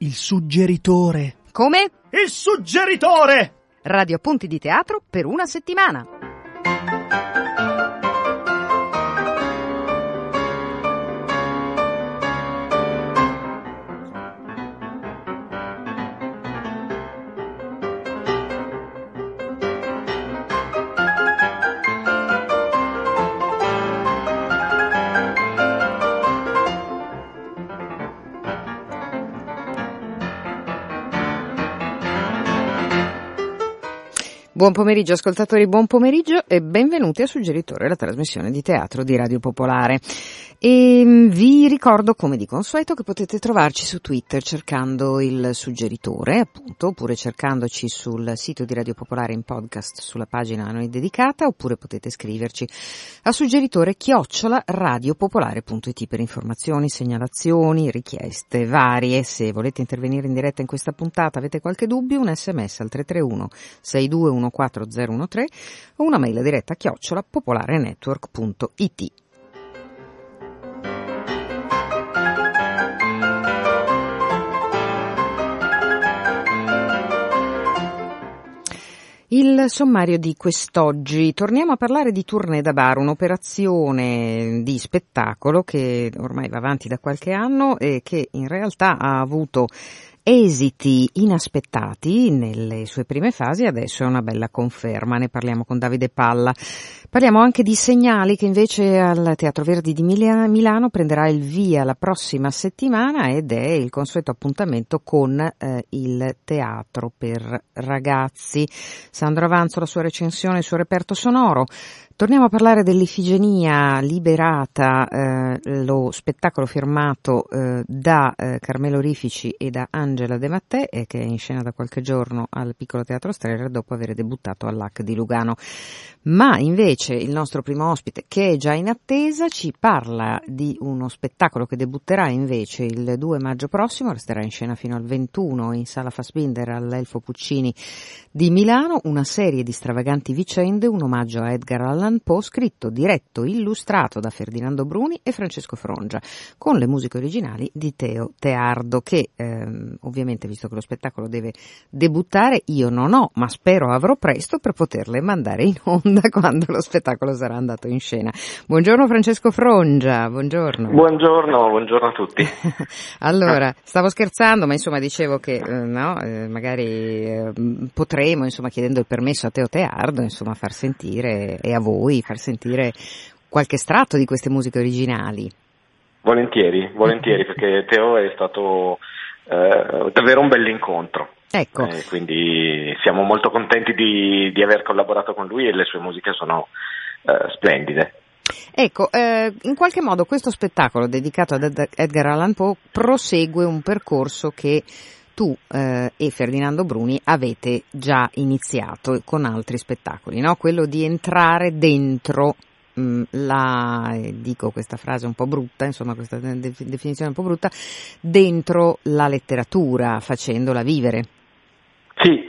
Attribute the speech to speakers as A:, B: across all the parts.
A: il suggeritore.
B: Come?
A: Il suggeritore!
B: Radio Appunti di Teatro per una settimana. Buon pomeriggio ascoltatori, buon pomeriggio e benvenuti a Suggeritore, la trasmissione di teatro di Radio Popolare. E vi ricordo, come di consueto, che potete trovarci su Twitter cercando il Suggeritore, appunto, oppure cercandoci sul sito di Radio Popolare in podcast sulla pagina a noi dedicata, oppure potete scriverci a suggeritore@radiopopolare.it per informazioni, segnalazioni, richieste varie. Se volete intervenire in diretta in questa puntata, avete qualche dubbio, un sms al 331 6214013 o una mail diretta @popolarenetwork.it. Il sommario di quest'oggi. Torniamo a parlare di Tournée da bar, un'operazione di spettacolo che ormai va avanti da qualche anno e che in realtà ha avuto esiti inaspettati nelle sue prime fasi, adesso è una bella conferma. Ne parliamo con Davide Palla. Parliamo anche di Segnali, che invece al Teatro Verdi di Milano prenderà il via la prossima settimana ed è il consueto appuntamento con il teatro per ragazzi. Sandro Avanzo, la sua recensione, il suo reperto sonoro. Torniamo a parlare dell'Ifigenia liberata, lo spettacolo firmato da Carmelo Rifici e da Angela De Mattè, che è in scena da qualche giorno al Piccolo Teatro Strehler dopo aver debuttato all'Hack di Lugano. Ma invece il nostro primo ospite, che è già in attesa, ci parla di uno spettacolo che debutterà invece il 2 maggio prossimo, resterà in scena fino al 21 in Sala Fassbinder all'Elfo Puccini di Milano, una serie di stravaganti vicende, un omaggio a Edgar Allan Poe, scritto, diretto, illustrato da Ferdinando Bruni e Francesco Frongia, con le musiche originali di Teo Teardo, che ovviamente, visto che lo spettacolo deve debuttare, io non ho, ma spero avrò presto per poterle mandare in onda quando lo spettacolo sarà andato in scena. Buongiorno Francesco Frongia, buongiorno.
C: Buongiorno a tutti.
B: Allora, stavo scherzando, ma insomma dicevo che magari potremo, insomma, chiedendo il permesso a Teo Teardo, insomma, far sentire, e a voi, far sentire qualche estratto di queste musiche originali.
C: Volentieri, perché Teo è stato davvero un bell'incontro.
B: Ecco.
C: Quindi siamo molto contenti di aver collaborato con lui e le sue musiche sono splendide.
B: Ecco, in qualche modo questo spettacolo dedicato ad Edgar Allan Poe prosegue un percorso che tu e Ferdinando Bruni avete già iniziato con altri spettacoli, no? Quello di entrare dentro dico questa frase un po' brutta, insomma questa definizione un po' brutta, dentro la letteratura, facendola vivere.
C: Sì,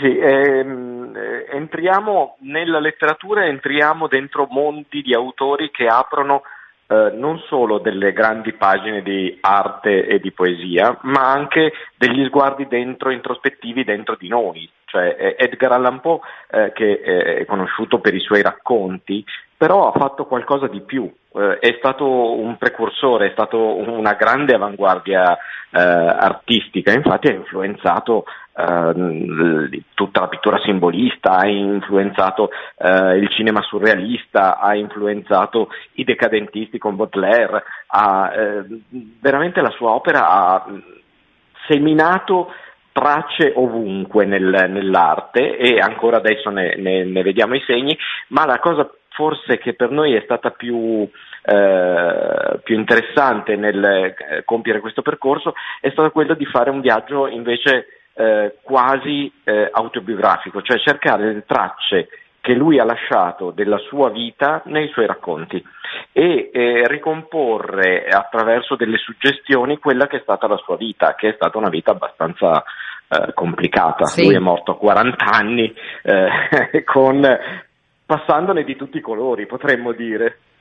C: entriamo nella letteratura, entriamo dentro mondi di autori che aprono non solo delle grandi pagine di arte e di poesia, ma anche degli sguardi introspettivi dentro di noi. Cioè Edgar Allan Poe, che è conosciuto per i suoi racconti, però ha fatto qualcosa di più, è stato un precursore, è stato una grande avanguardia artistica, infatti ha influenzato tutta la pittura simbolista, ha influenzato il cinema surrealista, ha influenzato i decadentisti con Baudelaire, veramente la sua opera ha seminato tracce ovunque nell'arte e ancora adesso ne vediamo i segni, ma la cosa forse che per noi è stata più interessante nel compiere questo percorso è stato quello di fare un viaggio invece quasi autobiografico, cioè cercare le tracce che lui ha lasciato della sua vita nei suoi racconti e ricomporre attraverso delle suggestioni quella che è stata la sua vita, che è stata una vita abbastanza complicata. Sì. Lui è morto a 40 anni passandone di tutti i colori, potremmo dire.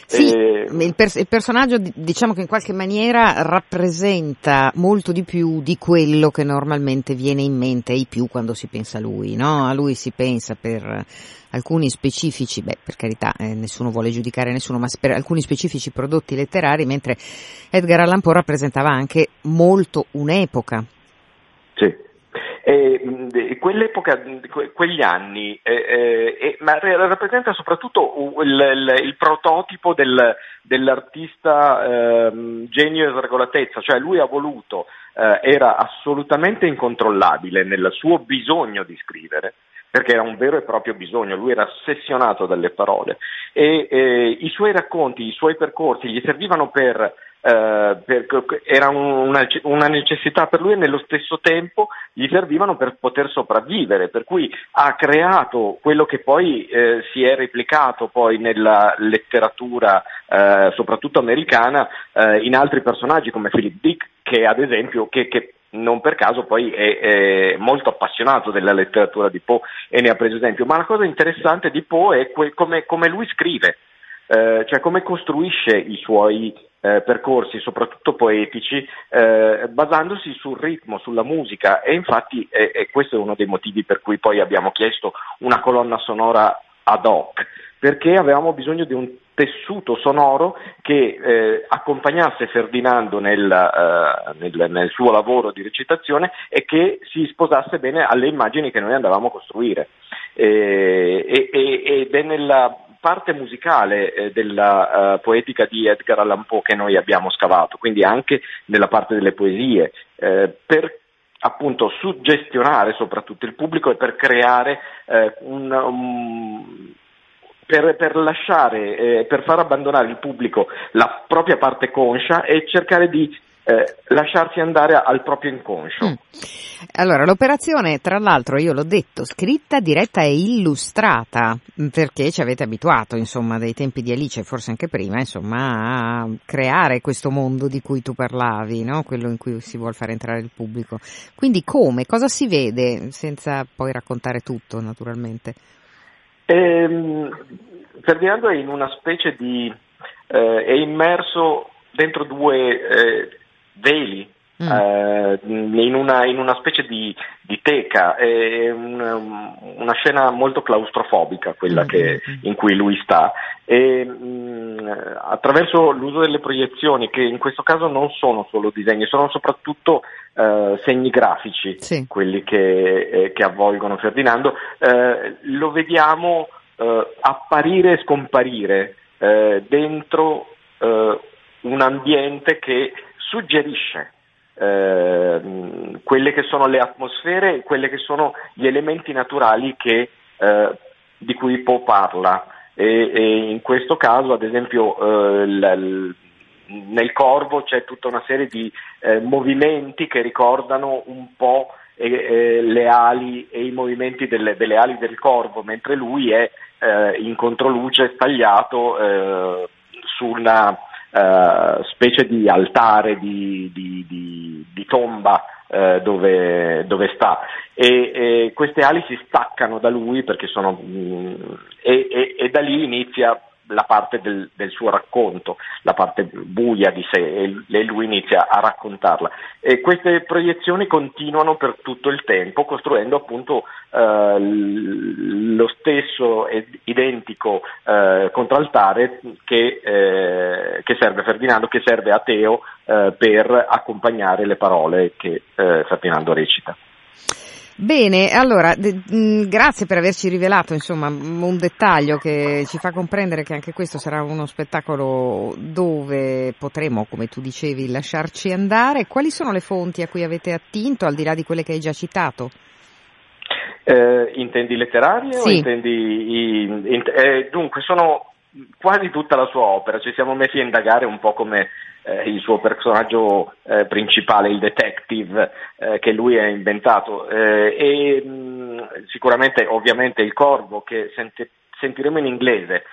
B: Sì, il personaggio diciamo che in qualche maniera rappresenta molto di più di quello che normalmente viene in mente ai più quando si pensa a lui, no? A lui si pensa per alcuni specifici, per carità, nessuno vuole giudicare nessuno, ma per alcuni specifici prodotti letterari, mentre Edgar Allan Poe rappresentava anche molto un'epoca.
C: Sì. Quell'epoca, quegli anni, ma rappresenta soprattutto il prototipo dell'artista genio e sregolatezza, cioè lui ha voluto, era assolutamente incontrollabile nel suo bisogno di scrivere, perché era un vero e proprio bisogno, lui era ossessionato dalle parole e i suoi racconti, i suoi percorsi gli servivano era una necessità per lui e nello stesso tempo gli servivano per poter sopravvivere, per cui ha creato quello che poi si è replicato poi nella letteratura soprattutto americana in altri personaggi come Philip Dick, che ad esempio che non per caso poi è molto appassionato della letteratura di Poe e ne ha preso esempio. Ma la cosa interessante di Poe è come lui scrive, cioè come costruisce i suoi percorsi, soprattutto poetici, basandosi sul ritmo, sulla musica, e infatti questo è uno dei motivi per cui poi abbiamo chiesto una colonna sonora ad hoc, perché avevamo bisogno di un tessuto sonoro che accompagnasse Ferdinando nel suo lavoro di recitazione e che si sposasse bene alle immagini che noi andavamo a costruire. Ed è nella parte musicale della poetica di Edgar Allan Poe che noi abbiamo scavato, quindi anche nella parte delle poesie, per appunto suggestionare soprattutto il pubblico e per creare per lasciare, per far abbandonare il pubblico la propria parte conscia e cercare di lasciarsi andare al proprio inconscio.
B: Allora, l'operazione, tra l'altro, io l'ho detto, scritta, diretta e illustrata, perché ci avete abituato, insomma, dai tempi di Alice, forse anche prima, insomma, a creare questo mondo di cui tu parlavi, no? Quello in cui si vuol far entrare il pubblico. Quindi come? Cosa si vede? Senza poi raccontare tutto, naturalmente.
C: Ferdinando è in una specie è immerso dentro due veli, in una specie di teca, è una scena molto claustrofobica quella in cui lui sta, e attraverso l'uso delle proiezioni, che in questo caso non sono solo disegni, sono soprattutto segni grafici, sì, quelli che avvolgono Ferdinando, lo vediamo apparire e scomparire dentro un ambiente che suggerisce quelle che sono le atmosfere, quelle che sono gli elementi naturali di cui Poe parla, e in questo caso ad esempio nel Corvo c'è tutta una serie di movimenti che ricordano un po' le ali e i movimenti delle ali del corvo, mentre lui è in controluce stagliato su una specie di altare di tomba dove sta, e queste ali si staccano da lui perché sono e da lì inizia la parte del suo racconto, la parte buia di sé, e lui inizia a raccontarla, e queste proiezioni continuano per tutto il tempo, costruendo appunto lo stesso identico contraltare che serve Ferdinando, che serve a Teo per accompagnare le parole che Ferdinando recita.
B: Bene, allora, grazie per averci rivelato, insomma, un dettaglio che ci fa comprendere che anche questo sarà uno spettacolo dove potremo, come tu dicevi, lasciarci andare. Quali sono le fonti a cui avete attinto, al di là di quelle che hai già citato?
C: Intendi letterarie? Sì. O intendi dunque sono quasi tutta la sua opera, ci siamo messi a indagare un po' come il suo personaggio principale, il detective che lui ha inventato, sicuramente ovviamente il Corvo, che sentiremo in inglese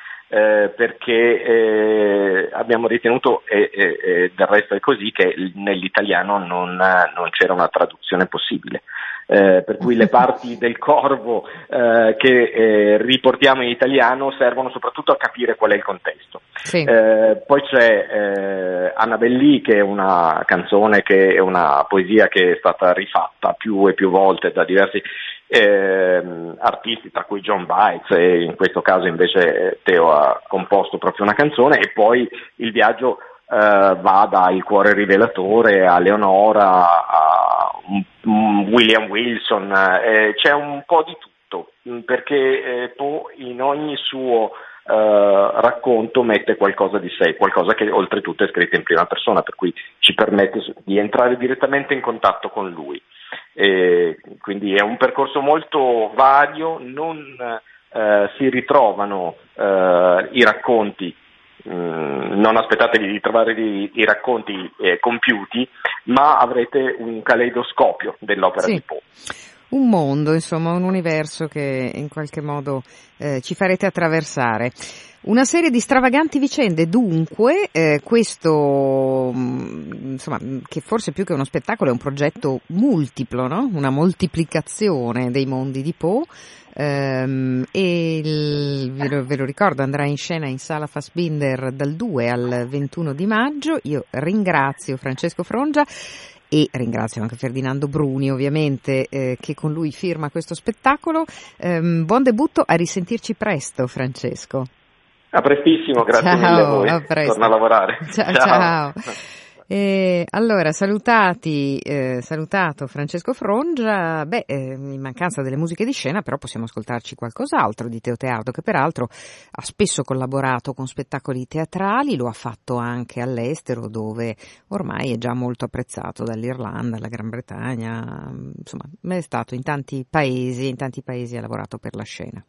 C: perché abbiamo ritenuto, e del resto è così, che nell'italiano non c'era una traduzione possibile. per cui le parti del corvo che riportiamo in italiano servono soprattutto a capire qual è il contesto.
B: Sì.
C: Poi c'è Annabelle, che è una canzone, che è una poesia che è stata rifatta più e più volte da diversi artisti, tra cui John Baez, e in questo caso invece Teo ha composto proprio una canzone. E poi il viaggio va da Il cuore rivelatore a Leonora a William Wilson, c'è un po' di tutto, perché Poe in ogni suo racconto mette qualcosa di sé, qualcosa che oltretutto è scritto in prima persona, per cui ci permette di entrare direttamente in contatto con lui. Quindi è un percorso molto vario, non si ritrovano i racconti, non aspettatevi di trovare i racconti compiuti, ma avrete un caleidoscopio dell'opera di Poe.
B: Un mondo, insomma, un universo che in qualche modo ci farete attraversare. Una serie di stravaganti vicende, dunque, questo, insomma, che forse più che uno spettacolo è un progetto multiplo, no? Una moltiplicazione dei mondi di Poe. Ve lo ricordo, andrà in scena in sala Fassbinder dal 2 al 21 di maggio. Io ringrazio Francesco Frongia e ringrazio anche Ferdinando Bruni, ovviamente, che con lui firma questo spettacolo. Buon debutto, a risentirci presto, Francesco.
C: A prestissimo, grazie mille a voi.
B: A presto.
C: Torno a lavorare.
B: Ciao. Allora, salutato Francesco Frongia. In mancanza delle musiche di scena, però possiamo ascoltarci qualcos'altro di Teo Teardo, che peraltro ha spesso collaborato con spettacoli teatrali, lo ha fatto anche all'estero, dove ormai è già molto apprezzato dall'Irlanda, alla Gran Bretagna, insomma, è stato in tanti paesi ha lavorato per la scena.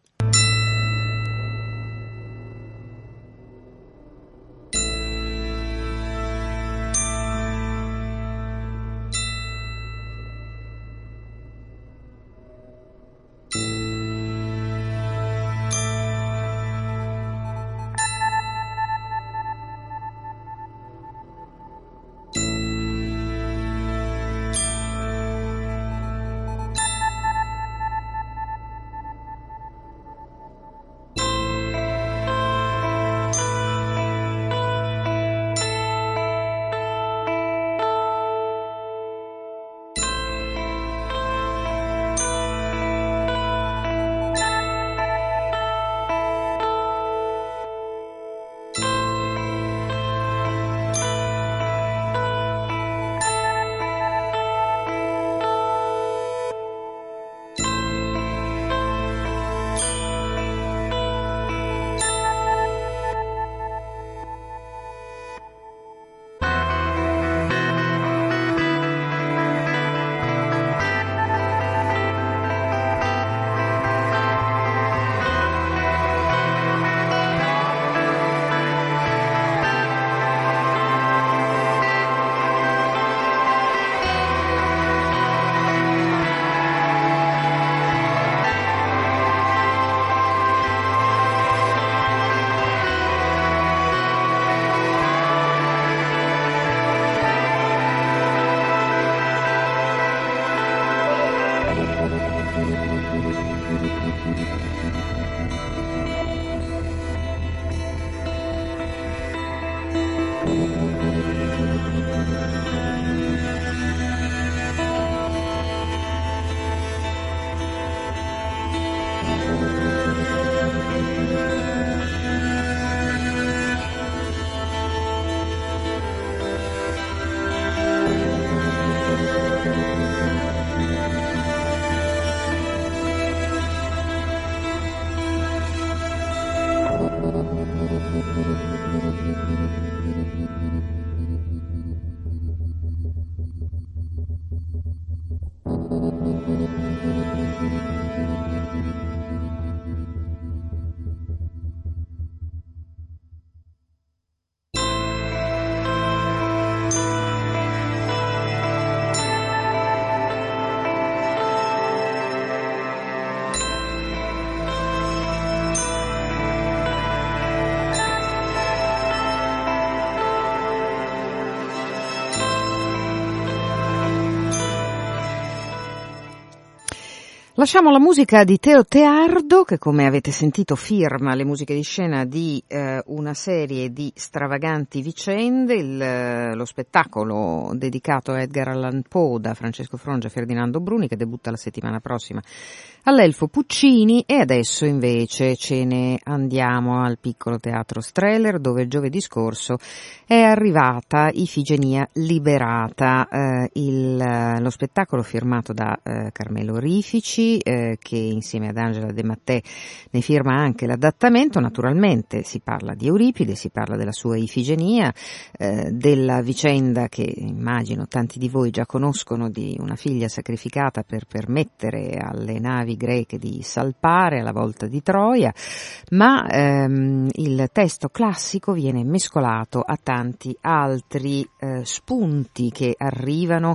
B: Lasciamo la musica di Teo Teardo, che come avete sentito firma le musiche di scena di una serie di stravaganti vicende, lo spettacolo dedicato a Edgar Allan Poe da Francesco Frongia e Ferdinando Bruni, che debutta la settimana prossima all'Elfo Puccini. E adesso invece ce ne andiamo al Piccolo Teatro Strehler, dove il giovedì scorso è arrivata Ifigenia liberata, lo spettacolo firmato da Carmelo Rifici, che insieme ad Angela De Mattè ne firma anche l'adattamento. Naturalmente si parla di Euripide, si parla della sua Ifigenia, della vicenda che immagino tanti di voi già conoscono, di una figlia sacrificata per permettere alle navi greche di salpare alla volta di Troia, ma il testo classico viene mescolato a tanti altri spunti che arrivano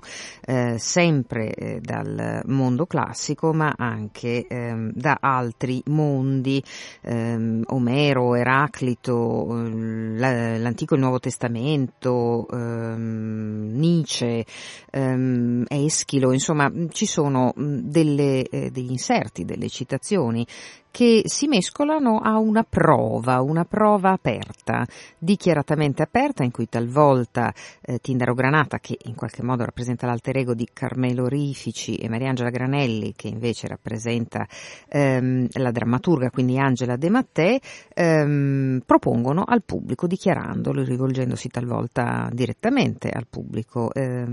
B: sempre dal mondo classico, ma anche da altri mondi, Omero, Eraclito, l'Antico e il Nuovo Testamento, Nietzsche, Eschilo, insomma ci sono degli inserti, delle citazioni che si mescolano a una prova aperta, dichiaratamente aperta, in cui talvolta Tindaro Granata, che in qualche modo rappresenta l'alter ego di Carmelo Rifici, e Mariangela Granelli, che invece rappresenta la drammaturga, quindi Angela De Mattè, propongono al pubblico, dichiarandolo, rivolgendosi talvolta direttamente al pubblico,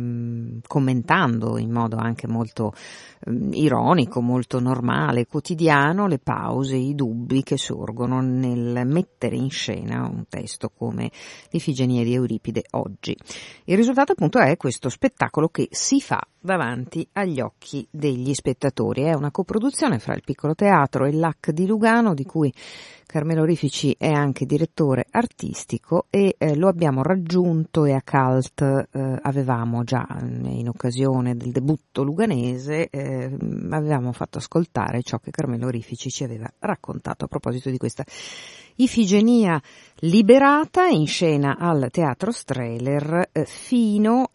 B: commentando in modo anche molto ironico, molto normale, quotidiano, le pause, i dubbi che sorgono nel mettere in scena un testo come l'Ifigenia di Euripide oggi. Il risultato appunto è questo spettacolo che si fa davanti agli occhi degli spettatori. È una coproduzione fra il Piccolo Teatro e l'Hack di Lugano, di cui Carmelo Rifici è anche direttore artistico, e lo abbiamo raggiunto, e a Cult avevamo già in occasione del debutto luganese avevamo fatto ascoltare ciò che Carmelo Rifici ci aveva raccontato a proposito di questa Ifigenia liberata, in scena al Teatro Strehler fino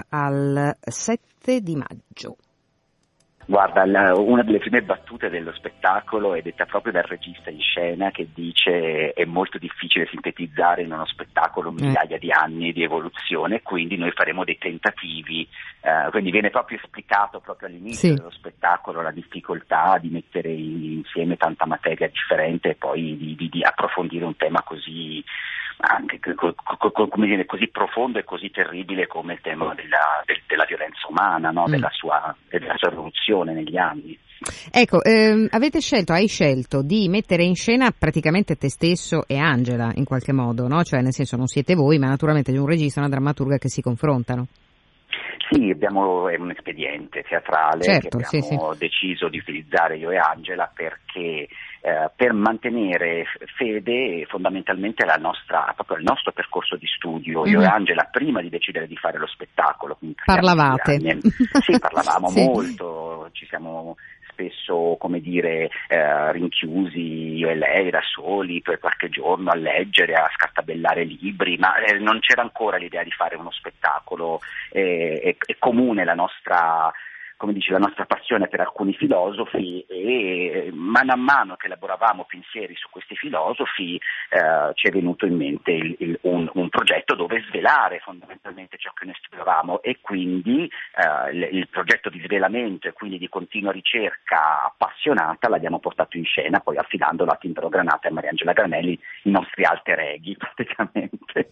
B: al 7 di maggio.
D: Guarda, una delle prime battute dello spettacolo è detta proprio dal regista in scena, che dice: è molto difficile sintetizzare in uno spettacolo migliaia di anni di evoluzione, quindi noi faremo dei tentativi, quindi viene proprio esplicato proprio all'inizio dello spettacolo la difficoltà di mettere insieme tanta materia differente e poi di approfondire un tema così anche come dire, così profondo e così terribile come il tema della violenza umana, no? della sua evoluzione negli anni.
B: Ecco, hai scelto di mettere in scena praticamente te stesso e Angela in qualche modo, no? Cioè, nel senso, non siete voi, ma naturalmente un regista e una drammaturga che si confrontano.
D: Sì, è un espediente teatrale,
B: certo,
D: che abbiamo deciso di utilizzare io e Angela perché per mantenere fede fondamentalmente proprio il nostro percorso di studio. Io e Angela, prima di decidere di fare lo spettacolo,
B: parlavate?
D: Sì, parlavamo
B: sì.
D: molto, ci siamo spesso, come dire, rinchiusi io e lei da soli per qualche giorno a leggere, a scartabellare libri, ma non c'era ancora l'idea di fare uno spettacolo. È comune la nostra passione per alcuni filosofi, e mano a mano che elaboravamo pensieri su questi filosofi ci è venuto in mente un progetto dove svelare fondamentalmente ciò che noi studiavamo, e quindi il progetto di svelamento e quindi di continua ricerca appassionata l'abbiamo portato in scena, poi affidandolo a Tindaro Granata e Mariangela Granelli, i nostri alter eghi praticamente.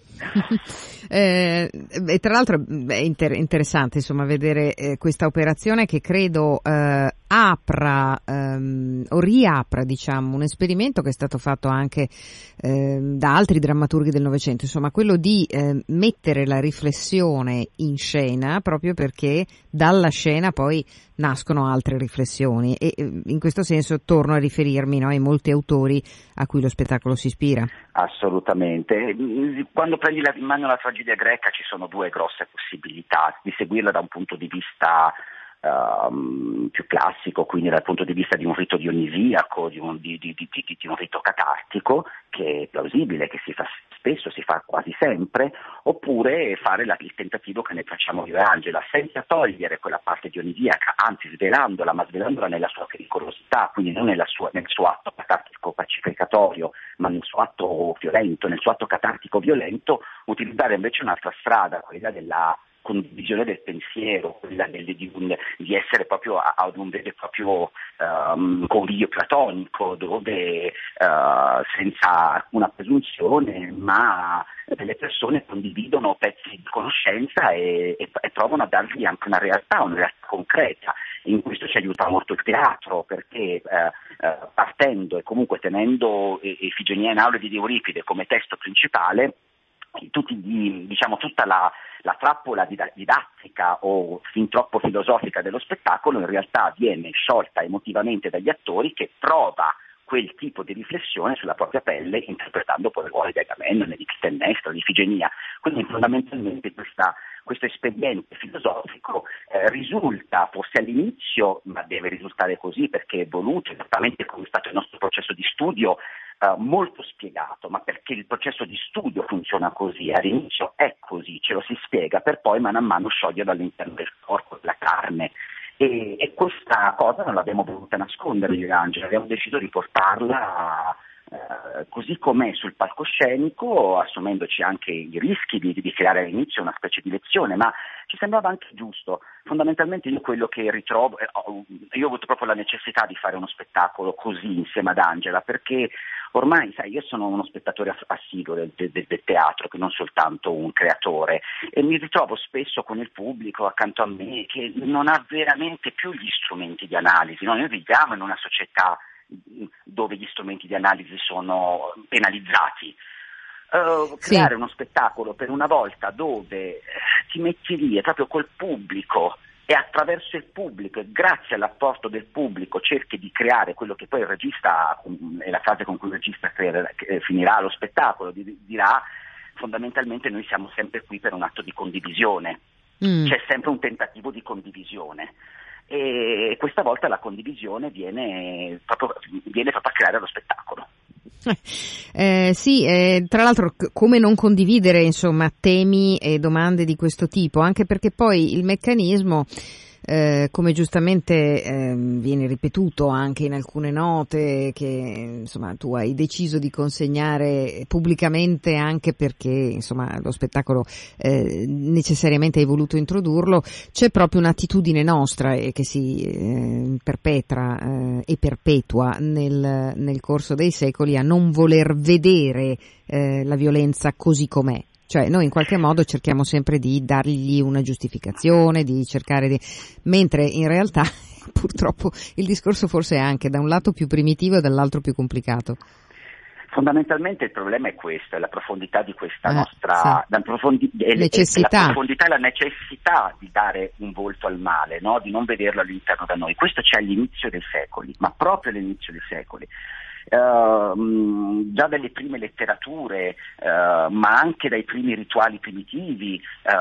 B: E tra l'altro è interessante insomma vedere questa operazione che credo apra o riapra, diciamo, un esperimento che è stato fatto anche da altri drammaturghi del Novecento, insomma quello di mettere la riflessione in scena, proprio perché dalla scena poi nascono altre riflessioni, e in questo senso torno a riferirmi, no, ai molti autori a cui lo spettacolo si ispira.
D: Assolutamente. Quando prendi in mano la tragedia greca ci sono due grosse possibilità: di seguirla da un punto di vista più classico, quindi dal punto di vista di un rito dionisiaco, di un rito catartico, che è plausibile, che si fa spesso, si fa quasi sempre, oppure fare il tentativo che ne facciamo io e Angela, senza togliere quella parte dionisiaca, anzi svelandola, ma svelandola nella sua pericolosità, quindi non nel suo atto catartico pacificatorio, ma nel suo atto violento, nel suo atto catartico violento, utilizzare invece un'altra strada, quella della condivisione del pensiero, quella di essere proprio ad un vero e proprio convivio platonico, dove senza alcuna presunzione, ma le persone condividono pezzi di conoscenza e provano a dargli anche una realtà concreta. In questo ci aiuta molto il teatro, perché partendo e comunque tenendo Ifigenia in aule di Euripide come testo principale, tutta la trappola didattica o fin troppo filosofica dello spettacolo in realtà viene sciolta emotivamente dagli attori, che prova quel tipo di riflessione sulla propria pelle interpretando poi il ruolo di Agamennone, di Clitemnestra, di Ifigenia. Quindi fondamentalmente questo espediente filosofico risulta, forse all'inizio, ma deve risultare così perché è voluto, esattamente come è stato il nostro processo di studio, molto spiegato, ma perché il processo di studio funziona così, all'inizio è così, ce lo si spiega, per poi mano a mano scioglierlo all'interno del corpo, della carne. E questa cosa non l'abbiamo voluta nascondere io e Angela, abbiamo deciso di portarla così com'è sul palcoscenico, assumendoci anche i rischi di creare all'inizio una specie di lezione, ma ci sembrava anche giusto. Fondamentalmente io quello che ritrovo, io ho avuto proprio la necessità di fare uno spettacolo così insieme ad Angela, perché ormai, sai, io sono uno spettatore assiduo del teatro, che non soltanto un creatore, e mi ritrovo spesso con il pubblico accanto a me che non ha veramente più gli strumenti di analisi. Noi viviamo in una società dove gli strumenti di analisi sono penalizzati. Creare uno spettacolo per una volta dove ti metti lì e proprio col pubblico e attraverso il pubblico e grazie all'apporto del pubblico cerchi di creare quello che poi il regista, è la frase con cui il regista finirà lo spettacolo, dirà fondamentalmente noi siamo sempre qui per un atto di condivisione, c'è sempre un tentativo di condivisione. E questa volta la condivisione viene proprio a creare lo spettacolo.
B: Tra l'altro come non condividere insomma temi e domande di questo tipo, anche perché poi il meccanismo come giustamente viene ripetuto anche in alcune note che insomma tu hai deciso di consegnare pubblicamente, anche perché insomma lo spettacolo necessariamente hai voluto introdurlo, c'è proprio un'attitudine nostra che si perpetra e perpetua nel corso dei secoli a non voler vedere la violenza così com'è. Cioè noi in qualche modo cerchiamo sempre di dargli una giustificazione, di cercare di... mentre in realtà purtroppo il discorso forse è anche da un lato più primitivo e dall'altro più complicato.
D: Fondamentalmente il problema è questo, è la profondità di questa nostra
B: necessità.
D: La profondità e la necessità di dare un volto al male, no? Di non vederlo all'interno da noi. Questo c'è all'inizio dei secoli, ma proprio all'inizio dei secoli. Già dalle prime letterature, ma anche dai primi rituali primitivi,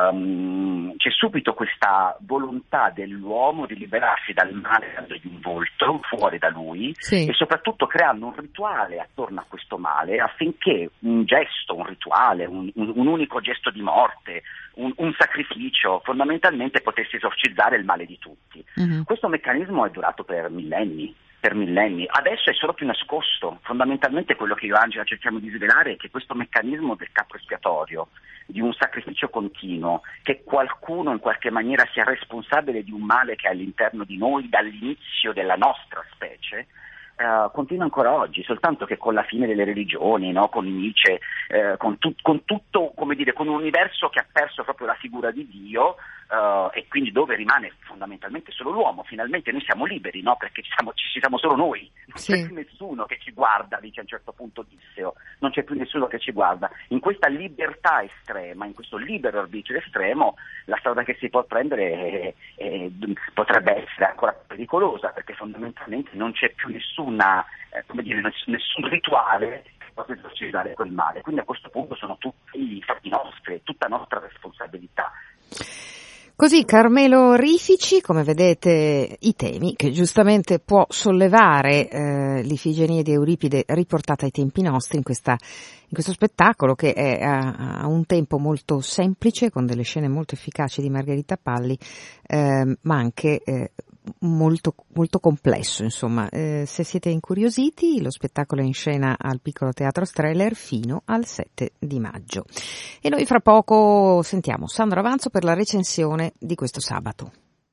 D: c'è subito questa volontà dell'uomo di liberarsi dal male dandogli un volto fuori da lui, e soprattutto creando un rituale attorno a questo male affinché un gesto, un rituale, un unico gesto di morte, un sacrificio fondamentalmente potesse esorcizzare il male di tutti. Questo meccanismo è durato per millenni. Adesso è solo più nascosto. Fondamentalmente quello che io e Angela cerchiamo di svelare è che questo meccanismo del capro espiatorio, di un sacrificio continuo, che qualcuno in qualche maniera sia responsabile di un male che è all'interno di noi dall'inizio della nostra specie, continua ancora oggi, soltanto che con la fine delle religioni, no? Con Nietzsche, con tutto, come dire, con un universo che ha perso proprio la figura di Dio, e quindi dove rimane fondamentalmente solo l'uomo. Finalmente noi siamo liberi, no? Perché ci siamo solo noi, non c'è più nessuno che ci guarda, dice a un certo punto Disseo, non c'è più nessuno che ci guarda. In questa libertà estrema, in questo libero arbitrio estremo, la strada che si può prendere potrebbe essere ancora pericolosa, perché fondamentalmente non c'è più nessun rituale che possa esorcizzare quel male. Quindi a questo punto sono tutti i fatti nostri, tutta nostra responsabilità.
B: Così Carmelo Rifici, come vedete, i temi che giustamente può sollevare l'Ifigenia di Euripide riportata ai tempi nostri in questo spettacolo che è a un tempo molto semplice, con delle scene molto efficaci di Margherita Palli, ma anche molto, molto complesso, insomma. Se siete incuriositi, lo spettacolo è in scena al Piccolo Teatro Streller fino al 7 di maggio. E noi fra poco sentiamo Sandro Avanzo per la recensione di questo sabato.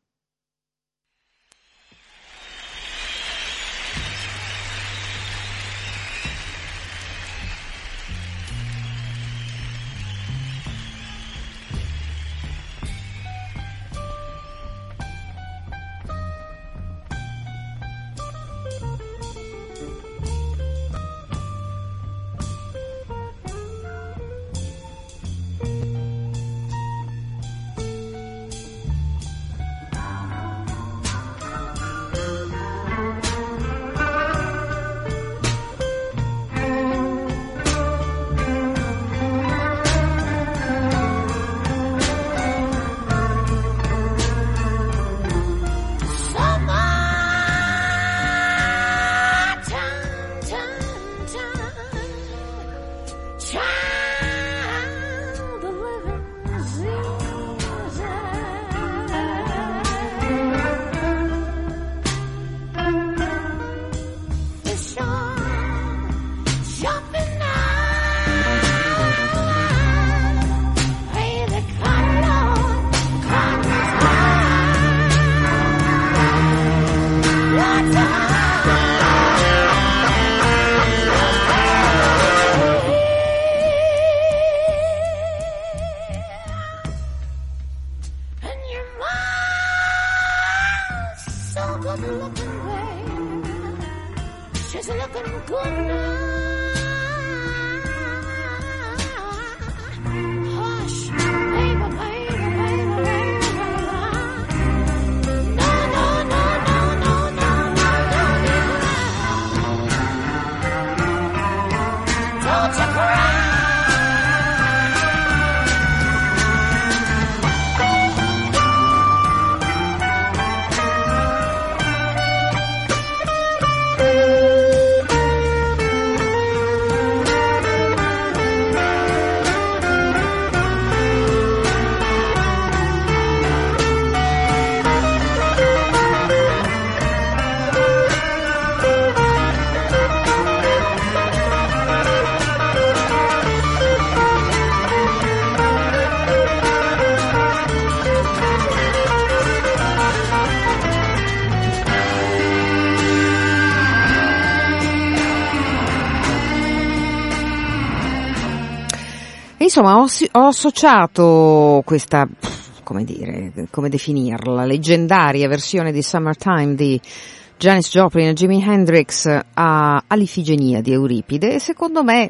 B: Insomma, ho associato questa, come definirla, leggendaria versione di Summertime di Janis Joplin e Jimi Hendrix all'Ifigenia di Euripide e secondo me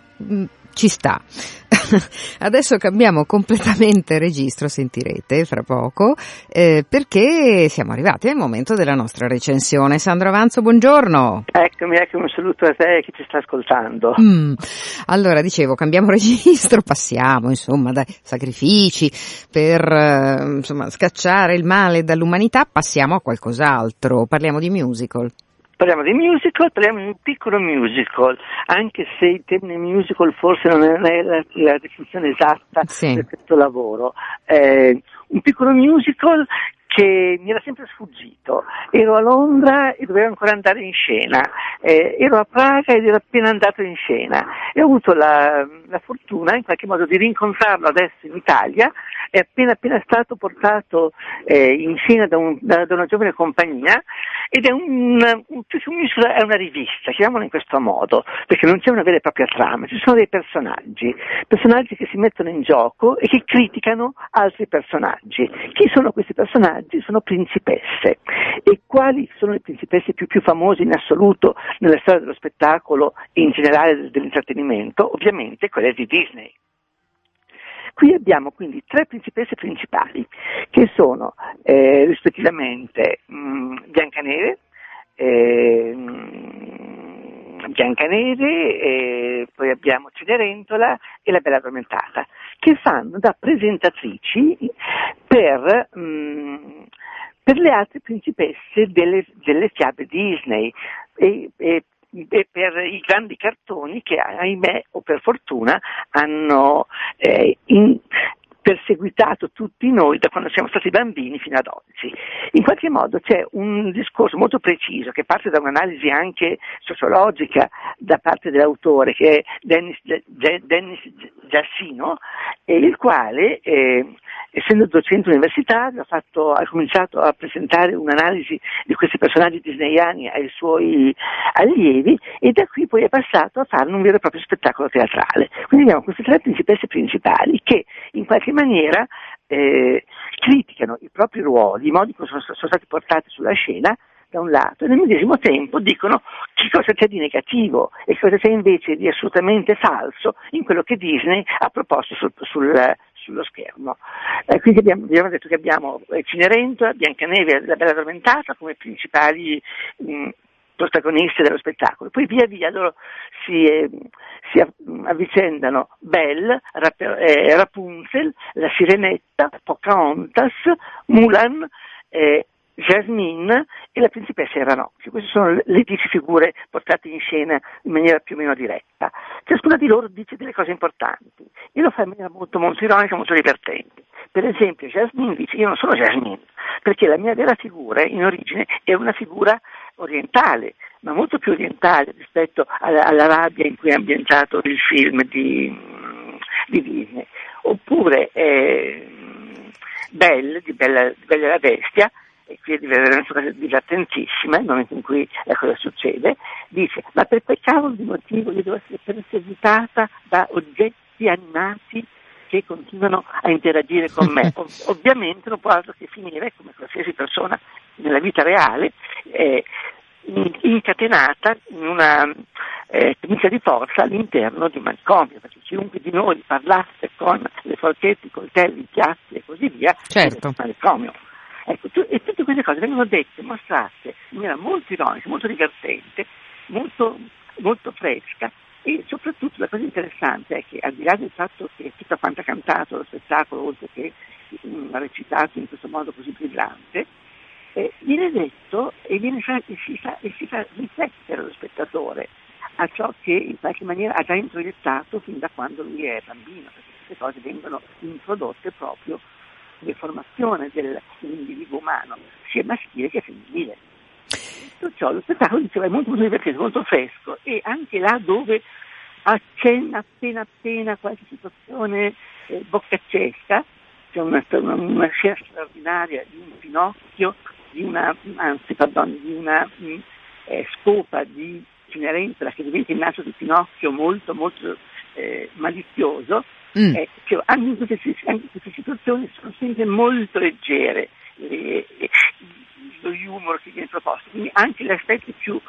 B: ci sta. Adesso cambiamo completamente registro, sentirete fra poco, perché siamo arrivati al momento della nostra recensione. Sandro Avanzo, buongiorno.
E: Eccomi, un saluto a te e chi ci sta ascoltando.
B: Allora, dicevo, cambiamo registro, passiamo, insomma, dai sacrifici per, scacciare il male dall'umanità, passiamo a qualcos'altro, parliamo di musical.
E: Parliamo di un piccolo musical, anche se il termine musical forse non è la definizione esatta per questo lavoro. Un piccolo musical che mi era sempre sfuggito. Ero a Londra e dovevo ancora andare in scena, ero a Praga ed ero appena andato in scena e ho avuto la fortuna in qualche modo di rincontrarlo adesso in Italia. È appena stato portato in scena da una giovane compagnia ed è più che un musical, è una rivista, chiamiamola in questo modo, perché non c'è una vera e propria trama, ci sono dei personaggi che si mettono in gioco e che criticano altri personaggi. Chi sono questi personaggi? Sono principesse. E quali sono le principesse più famose in assoluto nella storia dello spettacolo e in generale dell'intrattenimento? Ovviamente quelle di Disney. Qui abbiamo quindi tre principesse principali, che sono rispettivamente Biancaneve, poi abbiamo Cenerentola e la Bella Addormentata. che fanno da presentatrici per le altre principesse delle fiabe Disney e per i grandi cartoni che, ahimè o per fortuna, hanno perseguitato tutti noi da quando siamo stati bambini fino ad oggi. In qualche modo c'è un discorso molto preciso che parte da un'analisi anche sociologica da parte dell'autore, che è Dennis Jassino, il quale, essendo docente universitario, ha cominciato a presentare un'analisi di questi personaggi disneyani ai suoi allievi, e da qui poi è passato a farne un vero e proprio spettacolo teatrale. Quindi abbiamo queste tre principesse principali che in qualche maniera criticano i propri ruoli, i modi in cui sono stati portati sulla scena da un lato, e nel medesimo tempo dicono che cosa c'è di negativo e cosa c'è invece di assolutamente falso in quello che Disney ha proposto sullo schermo. Quindi abbiamo detto che abbiamo Cenerentola, Biancaneve e la Bella Addormentata come principali protagonisti dello spettacolo. Poi via via loro si avvicendano Belle, Rapunzel, la Sirenetta, Pocahontas, Mulan, Jasmine e la principessa e il Ranocchio. Queste sono le 10 figure portate in scena in maniera più o meno diretta. Ciascuna di loro dice delle cose importanti e lo fa in maniera molto molto ironica, molto divertente. Per esempio Jasmine dice: io non sono Jasmine, perché la mia vera figura in origine è una figura orientale, ma molto più orientale rispetto all'Arabia in cui è ambientato il film di Disney. Oppure Belle, di Bella e la Bestia, e qui è veramente una cosa divertentissima nel momento in cui la cosa succede, dice: ma per quel cavolo di motivo io devo essere perseguitata da oggetti animati che continuano a interagire con me? Ovviamente non può altro che finire, come qualsiasi persona nella vita reale, incatenata in una camicia di forza all'interno di un manicomio, perché chiunque di noi parlasse con le forchette, i coltelli, i piatti e così via,
B: certo,
E: è un manicomio. Ecco, e tutte queste cose vengono dette, mostrate in maniera molto ironica, molto divertente, molto, molto fresca, e soprattutto la cosa interessante è che, al di là del fatto che è tutta quanta cantato lo spettacolo, oltre che recitato in questo modo così brillante, viene detto e si fa riflettere lo spettatore a ciò che in qualche maniera ha già introiettato fin da quando lui è bambino, perché queste cose vengono introdotte proprio come formazione dell'individuo umano, sia maschile che femminile. Tutto ciò, lo spettacolo, diceva, è molto, molto divertente, molto fresco, e anche là dove accenna appena qualche situazione boccaccesca, c'è una scena straordinaria di un Pinocchio, di una scopa di Cenerentola che diventa il naso di Pinocchio molto molto malizioso. Che anche in queste situazioni sono sempre molto leggere lo humor che viene proposto, quindi anche gli aspetti più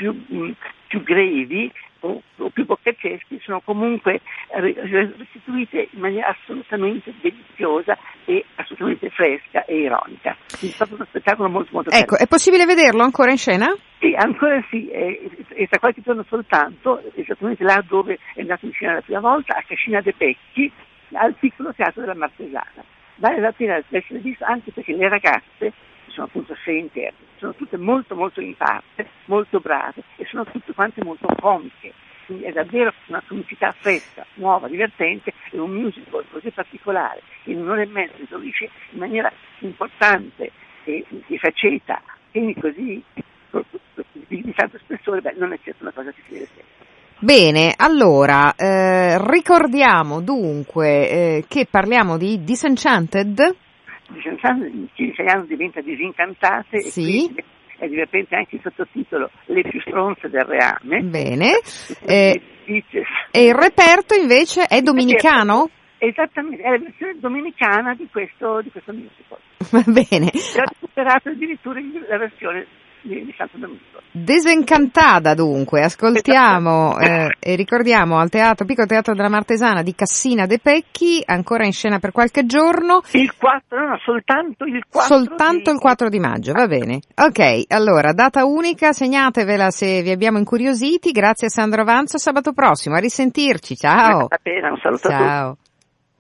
E: grevi o più boccacceschi sono comunque restituite in maniera assolutamente deliziosa e assolutamente fresca e ironica. Quindi è stato uno spettacolo molto molto bello.
B: Ecco, è possibile vederlo ancora in scena?
E: Sì, ancora sì, e tra qualche giorno soltanto, esattamente là dove è andato in scena la prima volta, a Cascina de' Pecchi, al piccolo teatro della Martesana. Vale la pena essere visto anche perché le ragazze, sono appunto 6 interpreti, sono tutte molto molto in parte, molto brave e sono tutte quante molto comiche, quindi è davvero una comicità fresca, nuova, divertente, e un musical così particolare che in un'ora e mezza introduce in maniera importante e faceta temi così di tanto spessore, non è certo una cosa che si vede sempre.
B: Bene, allora ricordiamo dunque che parliamo di Disenchanted.
E: In 6 anni diventa Disincantate,
B: sì.
E: E è divertente anche il sottotitolo Le più stronze del reame.
B: Bene. E il reperto invece è domenicano?
E: Esattamente, è la versione domenicana di questo musical.
B: Va bene.
E: Ho recuperato addirittura la versione di Santo Domingo.
B: Desencantada dunque, ascoltiamo e ricordiamo al Piccolo Teatro della Martesana di Cassina de' Pecchi, ancora in scena per qualche giorno.
E: Soltanto il 4
B: il 4 di maggio, va bene. Ok, allora, data unica, segnatevela se vi abbiamo incuriositi. Grazie a Sandro Avanzo, sabato prossimo, a risentirci, ciao.
E: Appena, un saluto a tutti.
B: Ciao.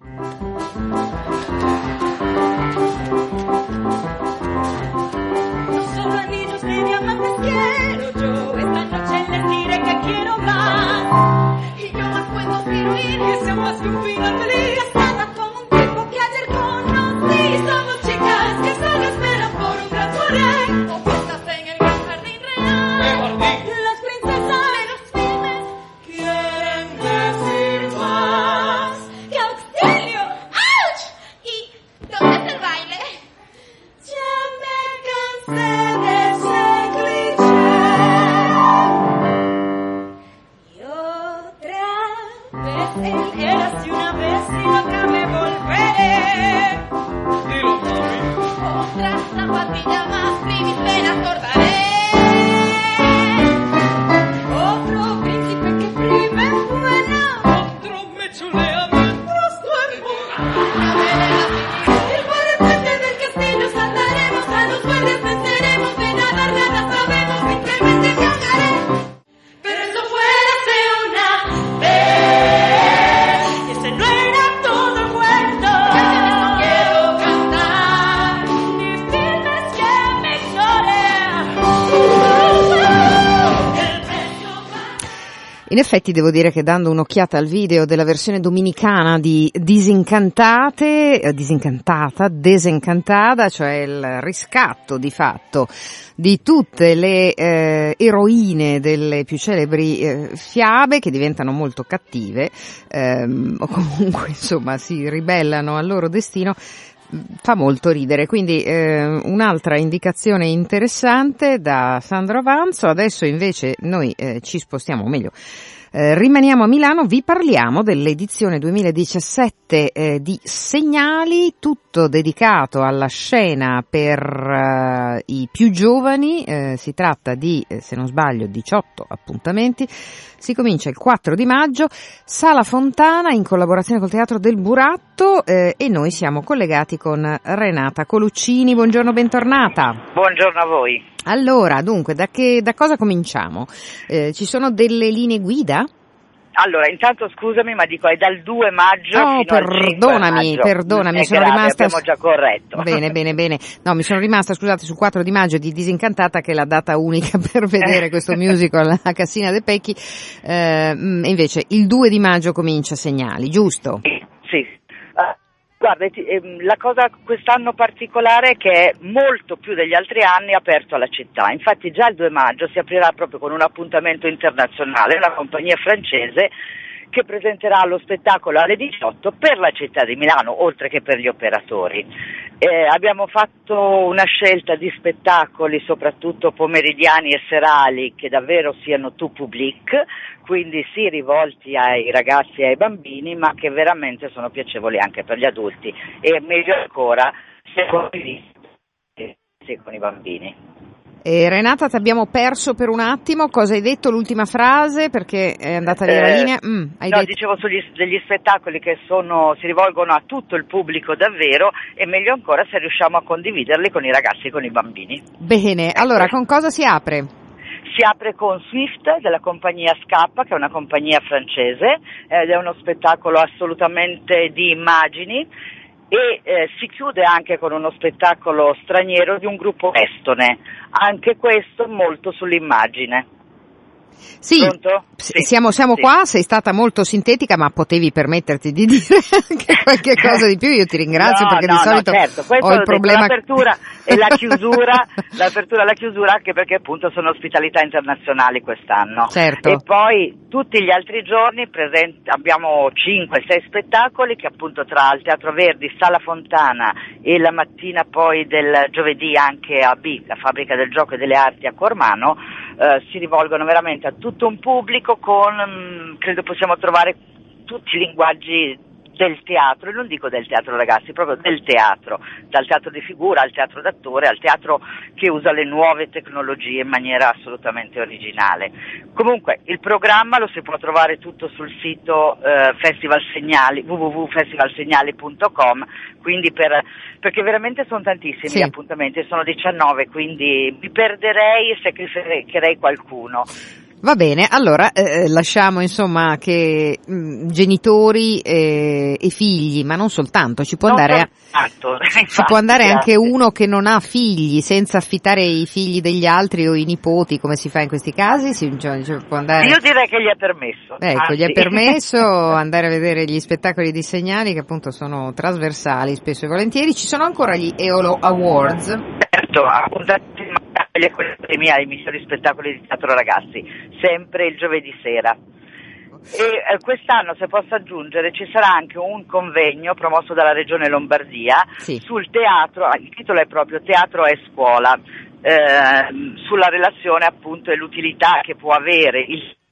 F: No solo anillos de diamantes quiero yo, esta noche les diré que quiero más. Y yo más puedo diluir que sea más que un final feliz. Casada con un tipo que ayer conocí. Somos chicas que solo esperan por un gran soirée o fiestas en el gran jardín real. Las princesas de los filmes quieren decir más. ¡Qué auxilio! ¡Auch! ¿Y dónde está el baile? Ya me cansé de ese cliché. Y otra vez él era así una vez y nunca me volveré.
G: Dilo, mami.
F: Otra zapatilla más, primavera acordaré. Otro príncipe que prime buena.
G: Otro me chulea mientras duermo.
F: Y por el puente del castillo saltaremos, a los duendes venceremos, de nadar nada sabemos, simplemente viajaré. Pero eso fue hace una vez, y ese no era todo el cuento. Canciones no quiero cantar, ni filmes que me ignoren. El precio va.
B: In effetti devo dire che dando un'occhiata al video della versione dominicana di Desencantada, cioè il riscatto di fatto di tutte le eroine delle più celebri fiabe che diventano molto cattive, o comunque insomma si ribellano al loro destino, fa molto ridere. Quindi un'altra indicazione interessante da Sandro Avanzo. Adesso invece noi ci spostiamo, o meglio rimaniamo a Milano, vi parliamo dell'edizione 2017 di Segnali, tutto dedicato alla scena per i più giovani. Si tratta di, se non sbaglio, 18 appuntamenti. Si comincia il 4 di maggio, Sala Fontana in collaborazione col Teatro del Buratto, e noi siamo collegati con Renata Coluccini. Buongiorno, bentornata.
H: Buongiorno a voi.
B: Allora, dunque, da cosa cominciamo? Ci sono delle linee guida?
H: Allora, intanto scusami, ma dico è dal 2 maggio fino al 5 maggio.
B: Perdonami, sono
H: grave,
B: rimasta...
H: abbiamo già corretto.
B: Bene. No, mi sono rimasta, scusate, sul 4 di maggio di Disincantata, che è la data unica per vedere questo musical a Cassina de' Pecchi. Invece il 2 di maggio comincia Segnali, giusto?
H: Sì. Guarda, la cosa quest'anno particolare è che è molto più degli altri anni aperto alla città. Infatti già il 2 maggio si aprirà proprio con un appuntamento internazionale, una compagnia francese che presenterà lo spettacolo alle 18 per la città di Milano, oltre che per gli operatori. Abbiamo fatto una scelta di spettacoli, soprattutto pomeridiani e serali, che davvero siano tout public, quindi sì rivolti ai ragazzi e ai bambini, ma che veramente sono piacevoli anche per gli adulti, e meglio ancora se condivisi con i bambini.
B: Renata, ti abbiamo perso per un attimo, cosa hai detto l'ultima frase, perché è andata via la linea?
H: Dicevo degli spettacoli che si rivolgono a tutto il pubblico davvero, e meglio ancora se riusciamo a condividerli con i ragazzi e con i bambini.
B: Bene, allora con cosa si apre?
H: Si apre con Swift della compagnia Scappa, che è una compagnia francese, ed è uno spettacolo assolutamente di immagini, e si chiude anche con uno spettacolo straniero di un gruppo estone, anche questo molto sull'immagine.
B: Sì,
H: sì.
B: Siamo qua, sei stata molto sintetica, ma potevi permetterti di dire anche qualche cosa di più. Io ti ringrazio perché di solito
H: certo.
B: ho il problema.
H: L'apertura e la chiusura, anche perché appunto sono ospitalità internazionali quest'anno.
B: Certo.
H: E poi tutti gli altri giorni abbiamo 5-6 spettacoli che appunto tra il Teatro Verdi, Sala Fontana e la mattina poi del giovedì anche a B, la Fabbrica del Gioco e delle Arti a Cormano, si rivolgono veramente a tutto un pubblico credo possiamo trovare tutti i linguaggi del teatro, e non dico del teatro ragazzi, proprio del teatro, dal teatro di figura al teatro d'attore, al teatro che usa le nuove tecnologie in maniera assolutamente originale. Comunque il programma lo si può trovare tutto sul sito www.festivalsegnali.com, quindi perché veramente sono tantissimi gli appuntamenti, sono 19, quindi mi perderei e sacrificherei qualcuno.
B: Va bene, allora lasciamo insomma che genitori e figli, ma non soltanto, ci può andare anche uno che non ha figli, senza affittare i figli degli altri o i nipoti, come si fa in questi casi? Può andare...
H: Io direi che gli è permesso.
B: Ecco, gli è permesso andare a vedere gli spettacoli di segnali, che appunto sono trasversali spesso e volentieri. Ci sono ancora gli EOLO Awards.
H: Certo, appuntamenti quelli ai migliori spettacoli di teatro ragazzi, sempre il giovedì sera. E quest'anno, se posso aggiungere, ci sarà anche un convegno promosso dalla Regione Lombardia sul teatro, il titolo è proprio Teatro è scuola, sulla relazione appunto e l'utilità che può avere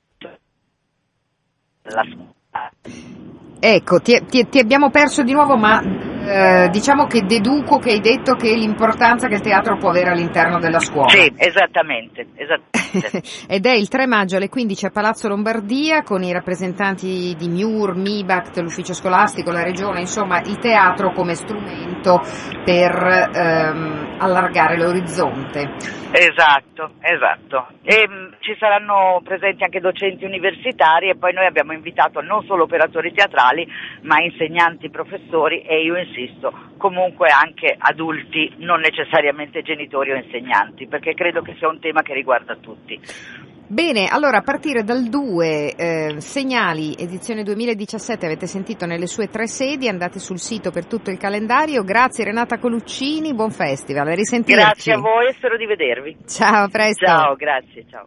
H: la scuola.
B: Ecco, ti abbiamo perso di nuovo, ma diciamo che deduco che hai detto che l'importanza che il teatro può avere all'interno della scuola.
H: Sì, esattamente.
B: Ed è il 3 maggio alle 15 a Palazzo Lombardia con i rappresentanti di MIUR, MIBACT, l'ufficio scolastico, la regione, insomma il teatro come strumento per allargare l'orizzonte.
H: Esatto. E ci saranno presenti anche docenti universitari e poi noi abbiamo invitato non solo operatori teatrali ma insegnanti, professori e io insisto comunque anche adulti, non necessariamente genitori o insegnanti, perché credo che sia un tema che riguarda tutti.
B: Bene, allora a partire dal 2 Segnali edizione 2017 avete sentito nelle sue 3 sedi, andate sul sito per tutto il calendario. Grazie Renata Coluccini, buon festival, a risentirci.
H: Grazie a voi e spero di vedervi.
B: Ciao, a presto.
H: Ciao, grazie, ciao.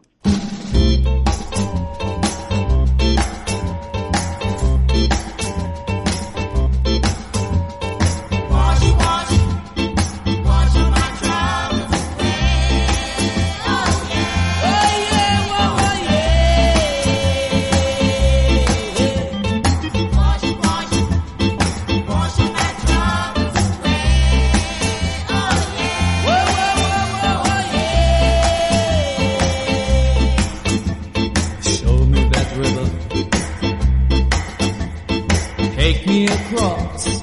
I: Take me across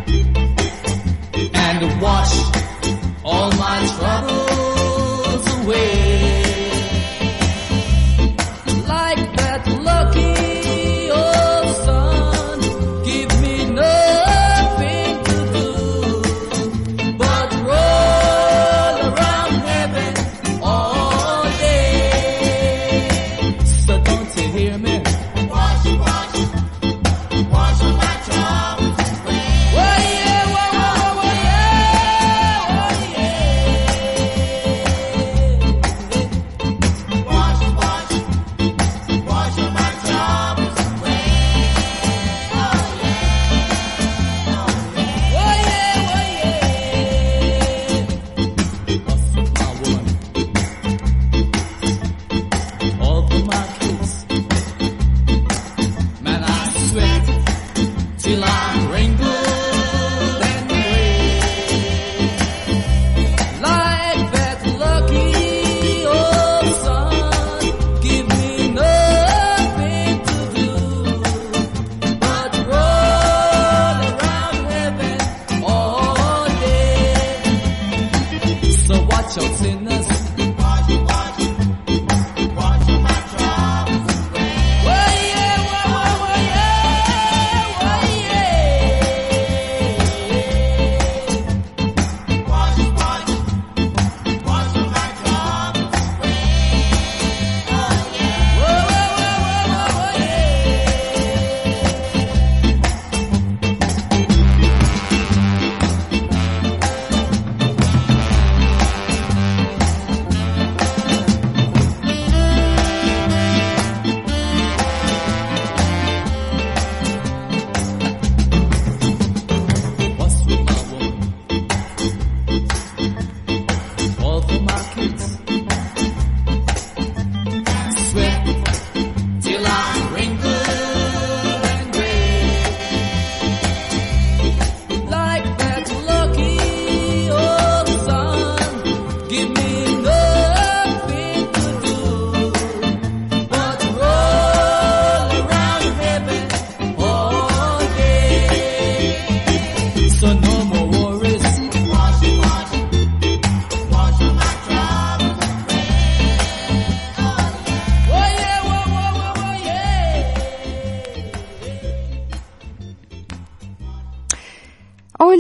I: and wash all my troubles away. Like that lucky old sun, give me nothing to do but roll around heaven all day. So don't you hear me?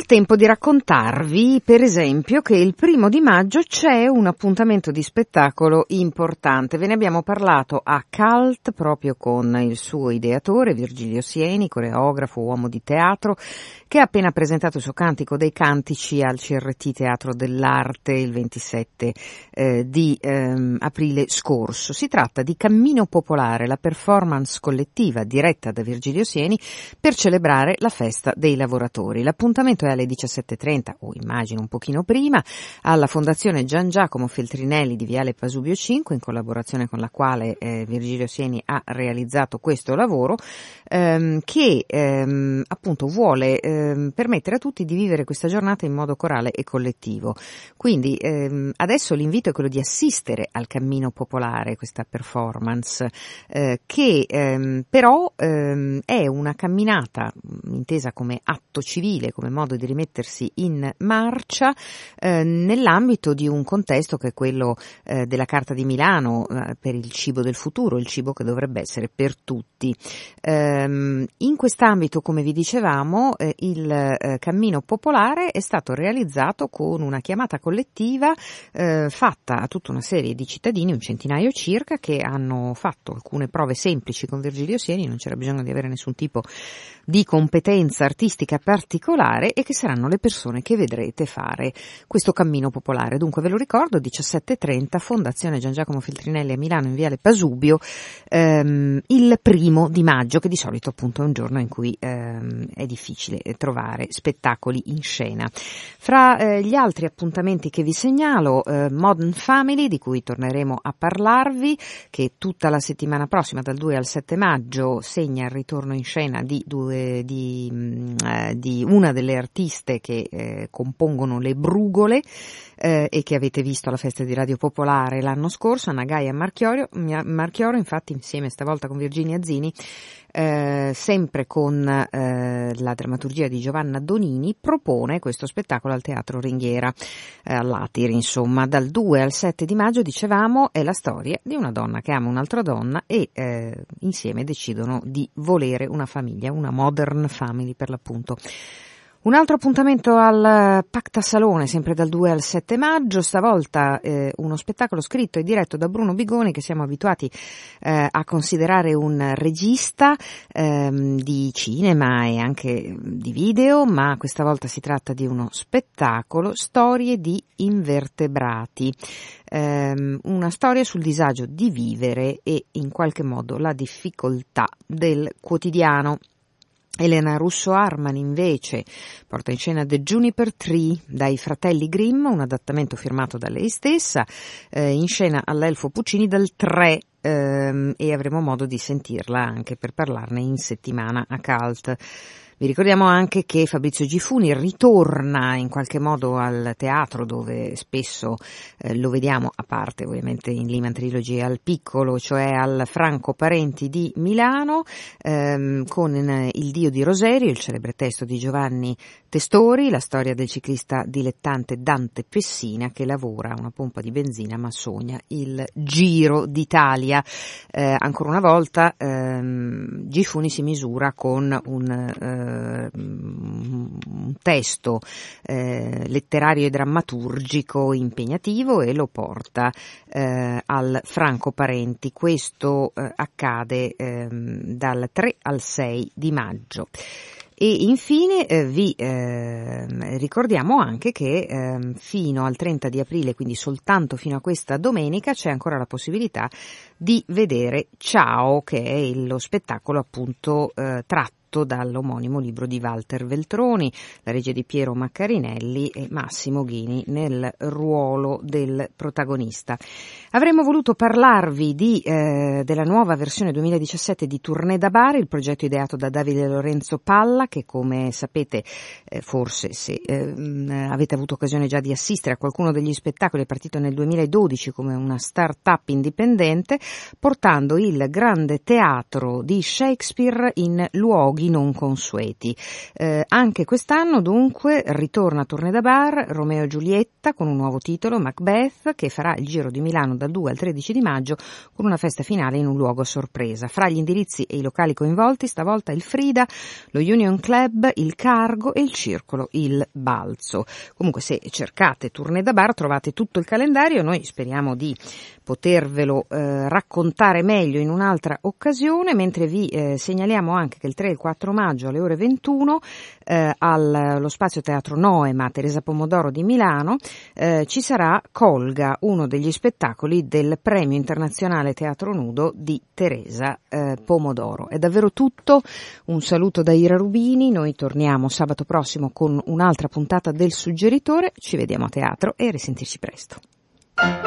B: tempo di raccontarvi, per esempio, che il 1° maggio c'è un appuntamento di spettacolo importante. Ve ne abbiamo parlato a Cult proprio con il suo ideatore Virgilio Sieni, coreografo, uomo di teatro, che ha appena presentato il suo Cantico dei Cantici al CRT Teatro dell'Arte il 27 di aprile scorso. Si tratta di Cammino Popolare, la performance collettiva diretta da Virgilio Sieni per celebrare la festa dei lavoratori. L'appuntamento è alle 17:30, o immagino un pochino prima, alla Fondazione Gian Giacomo Feltrinelli di Viale Pasubio 5, in collaborazione con la quale Virgilio Sieni ha realizzato questo lavoro, che appunto vuole permettere a tutti di vivere questa giornata in modo corale e collettivo. Quindi adesso l'invito è quello di assistere al Cammino Popolare, questa performance, che però è una camminata intesa come atto civile, come modo di rimettersi in marcia nell'ambito di un contesto che è quello della Carta di Milano per il cibo del futuro, il cibo che dovrebbe essere per tutti. In quest'ambito, come vi dicevamo, il Cammino Popolare è stato realizzato con una chiamata collettiva fatta a tutta una serie di cittadini, un centinaio circa, che hanno fatto alcune prove semplici con Virgilio Sieni, non c'era bisogno di avere nessun tipo di competenza artistica particolare, e che saranno le persone che vedrete fare questo Cammino Popolare. Dunque ve lo ricordo, 17:30, Fondazione Gian Giacomo Feltrinelli a Milano in Viale Pasubio, il 1° di maggio, che di solito appunto è un giorno in cui è difficile trovare spettacoli in scena. Fra gli altri appuntamenti che vi segnalo, Modern Family, di cui torneremo a parlarvi, che tutta la settimana prossima, dal 2 al 7 maggio, segna il ritorno in scena di una delle artiste che compongono le Brugole, e che avete visto alla festa di Radio Popolare l'anno scorso, Anna Gaia Marchioro, infatti insieme stavolta con Virginia Zini, sempre con la drammaturgia di Giovanna Donini, propone questo spettacolo al Teatro Ringhiera, all'Atiri, insomma. Dal 2 al 7 di maggio, dicevamo, è la storia di una donna che ama un'altra donna e insieme decidono di volere una famiglia, una modern family per l'appunto. Un altro appuntamento al Pacta Salone, sempre dal 2 al 7 maggio, stavolta uno spettacolo scritto e diretto da Bruno Bigoni, che siamo abituati a considerare un regista di cinema e anche di video, ma questa volta si tratta di uno spettacolo, Storie di invertebrati, una storia sul disagio di vivere e in qualche modo la difficoltà del quotidiano. Elena Russo Arman invece porta in scena The Juniper Tree dai fratelli Grimm, un adattamento firmato da lei stessa, in scena all'Elfo Puccini dal 3, e avremo modo di sentirla anche per parlarne in settimana a Cult. Vi ricordiamo anche che Fabrizio Gifuni ritorna in qualche modo al teatro, dove spesso lo vediamo, a parte ovviamente in Lehman Trilogy, al Piccolo, cioè al Franco Parenti di Milano, con Il Dio di Roserio, il celebre testo di Giovanni Testori, la storia del ciclista dilettante Dante Pessina, che lavora a una pompa di benzina ma sogna il Giro d'Italia. Ancora una volta Gifuni si misura con un testo letterario e drammaturgico impegnativo e lo porta al Franco Parenti. Questo accade dal 3 al 6 di maggio. E infine vi ricordiamo anche che fino al 30 di aprile, quindi soltanto fino a questa domenica, c'è ancora la possibilità di vedere Ciao, che è lo spettacolo appunto tratto dall'omonimo libro di Walter Veltroni, la regia di Piero Maccarinelli e Massimo Ghini nel ruolo del protagonista. Avremmo voluto parlarvi della nuova versione 2017 di Tournée da Bar, il progetto ideato da Davide Lorenzo Palla, che come sapete, forse se avete avuto occasione già di assistere a qualcuno degli spettacoli, è partito nel 2012 come una start-up indipendente, portando il grande teatro di Shakespeare in luoghi luoghi non consueti. Anche quest'anno dunque ritorna a Tournée da Bar Romeo e Giulietta con un nuovo titolo, Macbeth, che farà il giro di Milano dal 2 al 13 di maggio con una festa finale in un luogo a sorpresa. Fra gli indirizzi e i locali coinvolti stavolta il Frida, lo Union Club, il Cargo e il Circolo Il Balzo. Comunque se cercate Tournée da Bar trovate tutto il calendario, noi speriamo di potervelo raccontare meglio in un'altra occasione, mentre vi segnaliamo anche che il 3 e il 4 maggio alle ore 21 allo Spazio Teatro Noema Teresa Pomodoro di Milano ci sarà Colga, uno degli spettacoli del Premio Internazionale Teatro Nudo di Teresa Pomodoro. È davvero tutto, un saluto da Ira Rubini, noi torniamo sabato prossimo con un'altra puntata del Suggeritore, ci vediamo a teatro e a risentirci presto.